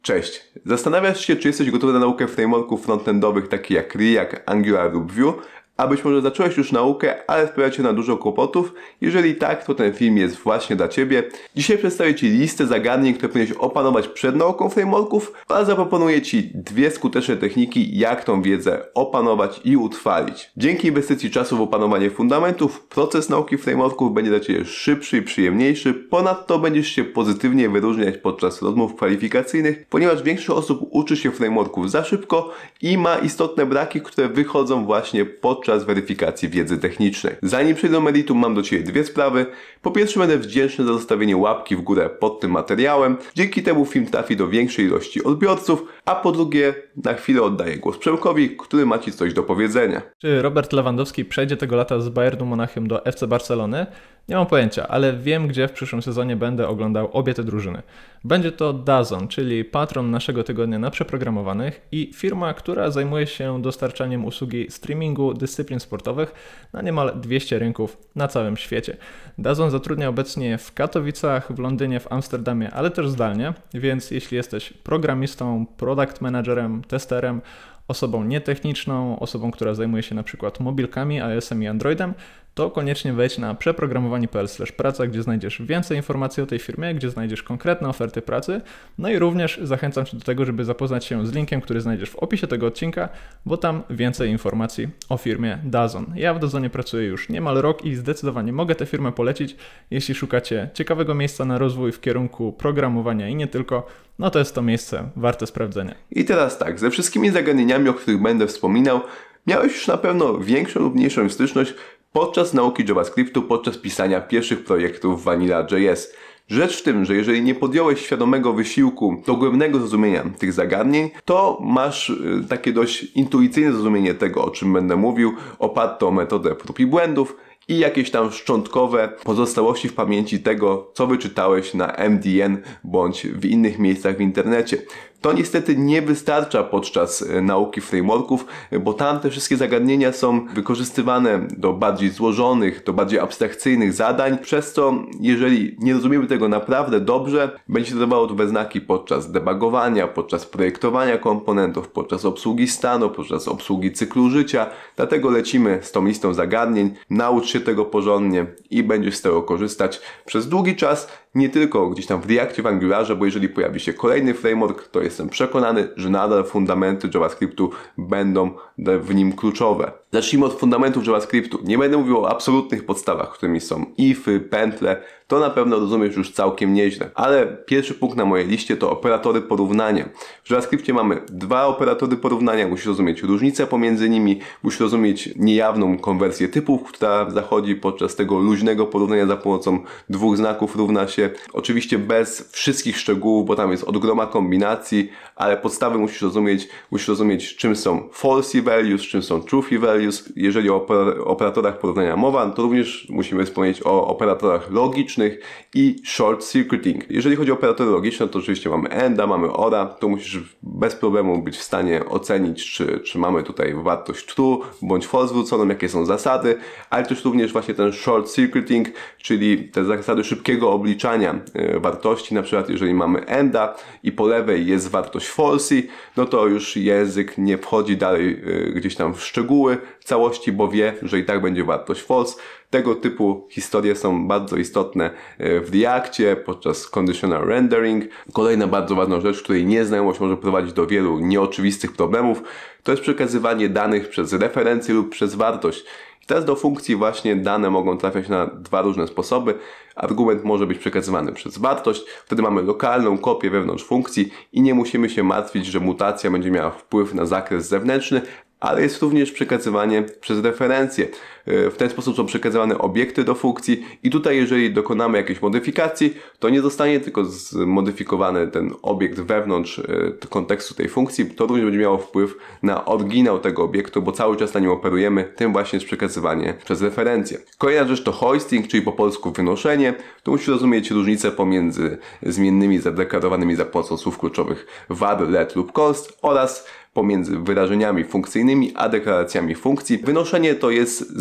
Cześć! Zastanawiasz się, czy jesteś gotowy na naukę frameworków frontendowych takich jak React, Angular lub Vue? A być może zacząłeś już naukę, ale sprawia Cię na dużo kłopotów? Jeżeli tak, to ten film jest właśnie dla Ciebie. Dzisiaj przedstawię Ci listę zagadnień, które powinieneś opanować przed nauką frameworków oraz zaproponuję Ci dwie skuteczne techniki, jak tą wiedzę opanować i utrwalić. Dzięki inwestycji czasu w opanowanie fundamentów, proces nauki frameworków będzie dla Ciebie szybszy i przyjemniejszy. Ponadto będziesz się pozytywnie wyróżniać podczas rozmów kwalifikacyjnych, ponieważ większość osób uczy się frameworków za szybko i ma istotne braki, które wychodzą właśnie podczas weryfikacji wiedzy technicznej. Zanim przejdę do meritum, mam do Ciebie dwie sprawy. Po pierwsze, będę wdzięczny za zostawienie łapki w górę pod tym materiałem. Dzięki temu film trafi do większej ilości odbiorców. A po drugie, na chwilę oddaję głos Przemkowi, który ma Ci coś do powiedzenia. Czy Robert Lewandowski przejdzie tego lata z Bayernu Monachium do FC Barcelony? Nie mam pojęcia, ale wiem, gdzie w przyszłym sezonie będę oglądał obie te drużyny. Będzie to DAZN, czyli patron naszego tygodnia na przeprogramowanych i firma, która zajmuje się dostarczaniem usługi streamingu dyscyplin sportowych na niemal 200 rynków na całym świecie. DAZN zatrudnia obecnie w Katowicach, w Londynie, w Amsterdamie, ale też zdalnie, więc jeśli jesteś programistą, product managerem, testerem, osobą nietechniczną, osobą, która zajmuje się na przykład mobilkami, iOS-em i Androidem, to koniecznie wejdź na przeprogramowanie.pl/praca, gdzie znajdziesz więcej informacji o tej firmie, gdzie znajdziesz konkretne oferty pracy. No i również zachęcam Cię do tego, żeby zapoznać się z linkiem, który znajdziesz w opisie tego odcinka, bo tam więcej informacji o firmie DAZN. Ja w DAZNie pracuję już niemal rok i zdecydowanie mogę tę firmę polecić. Jeśli szukacie ciekawego miejsca na rozwój w kierunku programowania i nie tylko, no to jest to miejsce warte sprawdzenia. I teraz tak, ze wszystkimi zagadnieniami, o których będę wspominał, miałeś już na pewno większą lub mniejszą styczność podczas nauki JavaScriptu, podczas pisania pierwszych projektów Vanilla.js. Rzecz w tym, że jeżeli nie podjąłeś świadomego wysiłku dogłębnego zrozumienia tych zagadnień, to masz takie dość intuicyjne zrozumienie tego, o czym będę mówił, oparte o metodę prób i błędów i jakieś tam szczątkowe pozostałości w pamięci tego, co wyczytałeś na MDN bądź w innych miejscach w internecie. To niestety nie wystarcza podczas nauki frameworków, bo tam te wszystkie zagadnienia są wykorzystywane do bardziej złożonych, do bardziej abstrakcyjnych zadań, przez co jeżeli nie rozumiemy tego naprawdę dobrze, będzie to dawało we znaki podczas debugowania, podczas projektowania komponentów, podczas obsługi stanu, podczas obsługi cyklu życia. Dlatego lecimy z tą listą zagadnień, naucz się tego porządnie i będziesz z tego korzystać przez długi czas, nie tylko gdzieś tam w Reactie, w Angularze, bo jeżeli pojawi się kolejny framework, to jestem przekonany, że nadal fundamenty JavaScriptu będą w nim kluczowe. Zacznijmy od fundamentów JavaScriptu. Nie będę mówił o absolutnych podstawach, którymi są ify, pętle. To na pewno rozumiesz już całkiem nieźle. Ale pierwszy punkt na mojej liście to operatory porównania. W JavaScriptie mamy dwa operatory porównania. Musisz rozumieć różnicę pomiędzy nimi. Musisz rozumieć niejawną konwersję typów, która zachodzi podczas tego luźnego porównania za pomocą dwóch znaków równa się. Oczywiście bez wszystkich szczegółów, bo tam jest od groma kombinacji, ale podstawy musisz rozumieć czym są falsy values, czym są truthy values. Jeżeli o operatorach porównania mowa, to również musimy wspomnieć o operatorach logicznych i short circuiting. Jeżeli chodzi o operatory logiczne, to oczywiście mamy AND'a, mamy OR'a, to musisz bez problemu być w stanie ocenić, czy mamy tutaj wartość true bądź false zwróconą, jakie są zasady, ale też również właśnie ten short circuiting, czyli te zasady szybkiego obliczania wartości. Na przykład jeżeli mamy AND'a i po lewej jest wartość falsy, no to już język nie wchodzi dalej gdzieś tam w szczegóły całości, bo wie, że i tak będzie wartość false. Tego typu historie są bardzo istotne w Reactie podczas conditional rendering. Kolejna bardzo ważna rzecz, której nieznajomość może prowadzić do wielu nieoczywistych problemów, to jest przekazywanie danych przez referencję lub przez wartość. I teraz do funkcji właśnie dane mogą trafiać na dwa różne sposoby. Argument może być przekazywany przez wartość, wtedy mamy lokalną kopię wewnątrz funkcji i nie musimy się martwić, że mutacja będzie miała wpływ na zakres zewnętrzny, ale jest również przekazywanie przez referencję. W ten sposób są przekazywane obiekty do funkcji i tutaj jeżeli dokonamy jakiejś modyfikacji, to nie zostanie tylko zmodyfikowany ten obiekt wewnątrz kontekstu tej funkcji, to również będzie miało wpływ na oryginał tego obiektu, bo cały czas na nim operujemy, tym właśnie jest przekazywanie przez referencję. Kolejna rzecz to hoisting, czyli po polsku wynoszenie. Tu musisz rozumieć różnicę pomiędzy zmiennymi zadeklarowanymi za pomocą słów kluczowych var, let lub const oraz pomiędzy wyrażeniami funkcyjnymi a deklaracjami funkcji. Wynoszenie to jest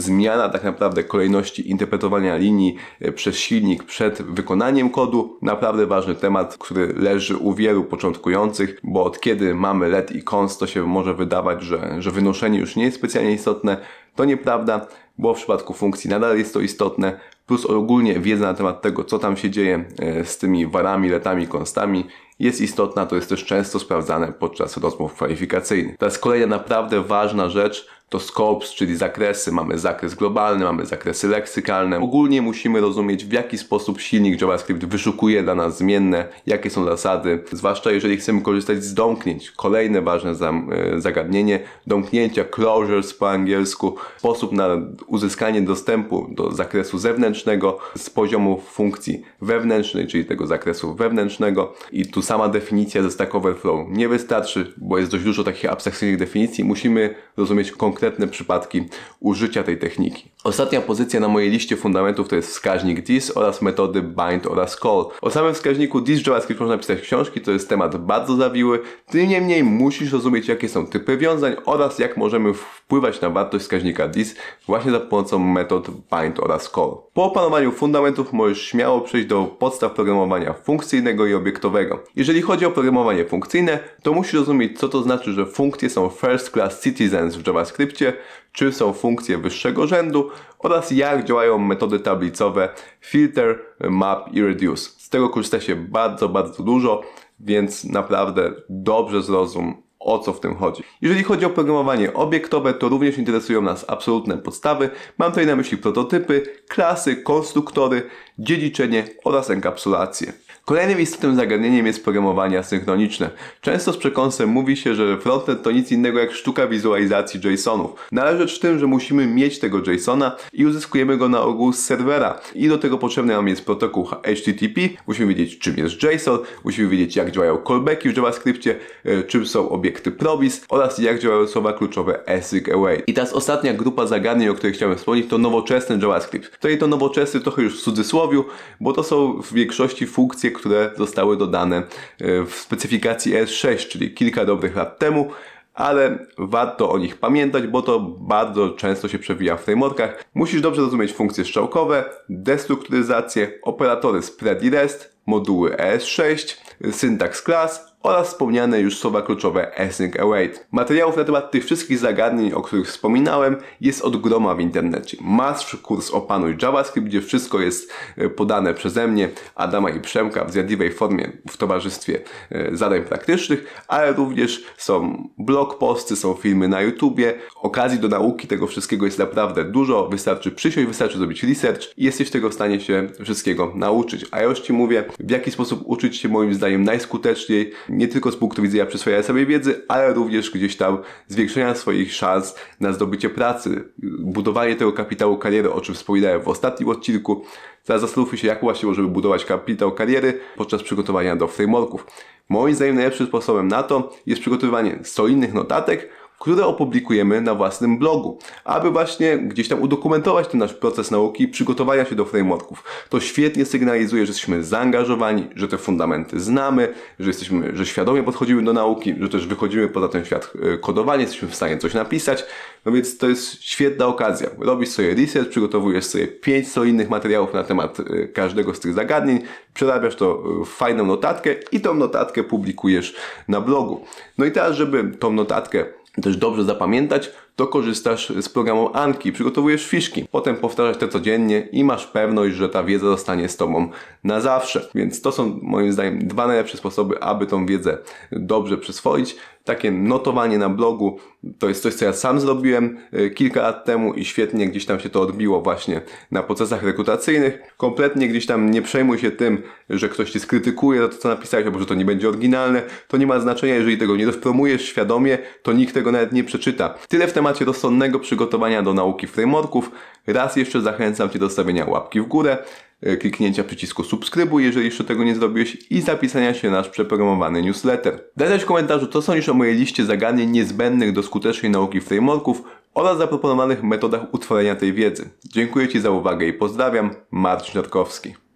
zmiana tak naprawdę kolejności interpretowania linii przez silnik przed wykonaniem kodu. Naprawdę ważny temat, który leży u wielu początkujących, bo od kiedy mamy let i const, to się może wydawać, że wynoszenie już nie jest specjalnie istotne. To nieprawda, bo w przypadku funkcji nadal jest to istotne, plus ogólnie wiedza na temat tego, co tam się dzieje z tymi varami, letami, constami jest istotna, to jest też często sprawdzane podczas rozmów kwalifikacyjnych. Teraz kolejna naprawdę ważna rzecz to scopes, czyli zakresy. Mamy zakres globalny, mamy zakresy leksykalne. Ogólnie musimy rozumieć, w jaki sposób silnik JavaScript wyszukuje dla nas zmienne, jakie są zasady, zwłaszcza jeżeli chcemy korzystać z domknięć. Kolejne ważne zagadnienie, domknięcia, closures po angielsku, sposób na uzyskanie dostępu do zakresu zewnętrznego z poziomu funkcji wewnętrznej, czyli tego zakresu wewnętrznego. I tu sama definicja ze Stack Overflow nie wystarczy, bo jest dość dużo takich abstrakcyjnych definicji. Musimy rozumieć konkretne przypadki użycia tej techniki. Ostatnia pozycja na mojej liście fundamentów to jest wskaźnik this oraz metody bind oraz call. O samym wskaźniku this w JavaScript można pisać książki, to jest temat bardzo zawiły. Tym niemniej musisz rozumieć, jakie są typy wiązań oraz jak możemy wpływać na wartość wskaźnika this właśnie za pomocą metod bind oraz call. Po opanowaniu fundamentów możesz śmiało przejść do podstaw programowania funkcyjnego i obiektowego. Jeżeli chodzi o programowanie funkcyjne, to musisz rozumieć, co to znaczy, że funkcje są first class citizens w JavaScriptie, czym są funkcje wyższego rzędu oraz jak działają metody tablicowe filter, map i reduce. Z tego korzysta się bardzo dużo, więc naprawdę dobrze zrozum, o co w tym chodzi. Jeżeli chodzi o programowanie obiektowe, to również interesują nas absolutne podstawy. Mam tutaj na myśli prototypy, klasy, konstruktory, dziedziczenie oraz enkapsulację. Kolejnym istotnym zagadnieniem jest programowanie asynchroniczne. Często z przekąsem mówi się, że frontend to nic innego jak sztuka wizualizacji JSON-ów. No ale rzecz w tym, że musimy mieć tego JSON-a i uzyskujemy go na ogół z serwera. I do tego potrzebny nam jest protokół HTTP. Musimy wiedzieć, czym jest JSON, musimy wiedzieć, jak działają callbacki w JavaScriptie, czym są obiekty provis oraz jak działają słowa kluczowe async await. I teraz ostatnia grupa zagadnień, o której chciałem wspomnieć, to nowoczesny JavaScript. Tutaj to nowoczesny trochę już w cudzysłowiu, bo to są w większości funkcje, które zostały dodane w specyfikacji ES6, czyli kilka dobrych lat temu, ale warto o nich pamiętać, bo to bardzo często się przewija w frameworkach. Musisz dobrze rozumieć funkcje strzałkowe, destrukturyzację, operatory spread i rest, moduły ES6, syntax class oraz wspomniane już słowa kluczowe async await. Materiałów na temat tych wszystkich zagadnień, o których wspominałem, jest od groma w internecie. Masz kurs Opanuj JavaScript, gdzie wszystko jest podane przeze mnie, Adama i Przemka w zjadliwej formie w towarzystwie zadań praktycznych, ale również są blog posty, są filmy na YouTubie. Okazji do nauki tego wszystkiego jest naprawdę dużo. Wystarczy przysiąść, wystarczy zrobić research i jesteś tego w stanie się wszystkiego nauczyć. A ja już Ci mówię, w jaki sposób uczyć się moim zdaniem najskuteczniej, nie tylko z punktu widzenia przyswojenia sobie wiedzy, ale również gdzieś tam zwiększenia swoich szans na zdobycie pracy, budowanie tego kapitału kariery, o czym wspominałem w ostatnim odcinku. Teraz zastanówmy się, jak właśnie możemy budować kapitał kariery podczas przygotowania do frameworków. Moim zdaniem najlepszym sposobem na to jest przygotowywanie solidnych notatek, które opublikujemy na własnym blogu, aby właśnie gdzieś tam udokumentować ten nasz proces nauki i przygotowania się do frameworków. To świetnie sygnalizuje, że jesteśmy zaangażowani, że te fundamenty znamy, że świadomie podchodzimy do nauki, że też wychodzimy poza ten świat kodowania, jesteśmy w stanie coś napisać. No więc to jest świetna okazja. Robisz sobie research, przygotowujesz sobie 5 solidnych materiałów na temat każdego z tych zagadnień, przerabiasz to w fajną notatkę i tą notatkę publikujesz na blogu. No i teraz, żeby tą notatkę też dobrze zapamiętać, to korzystasz z programu Anki, przygotowujesz fiszki, potem powtarzasz te codziennie i masz pewność, że ta wiedza zostanie z Tobą na zawsze. Więc to są moim zdaniem dwa najlepsze sposoby, aby tą wiedzę dobrze przyswoić. Takie notowanie na blogu to jest coś, co ja sam zrobiłem kilka lat temu i świetnie gdzieś tam się to odbiło właśnie na procesach rekrutacyjnych. Kompletnie gdzieś tam nie przejmuj się tym, że ktoś Cię skrytykuje za to, co napisałeś, albo że to nie będzie oryginalne. To nie ma znaczenia, jeżeli tego nie rozpromujesz świadomie, to nikt tego nawet nie przeczyta. Tyle w temacie rozsądnego przygotowania do nauki frameworków. Raz jeszcze zachęcam Cię do stawienia łapki w górę, kliknięcia przycisku subskrybuj, jeżeli jeszcze tego nie zrobiłeś, i zapisania się na nasz przeprogramowany newsletter. Daj znać w komentarzu, co sądzisz o mojej liście zagadnień niezbędnych do skutecznej nauki frameworków oraz zaproponowanych metodach utworzenia tej wiedzy. Dziękuję Ci za uwagę i pozdrawiam, Marcin Rzadkowski.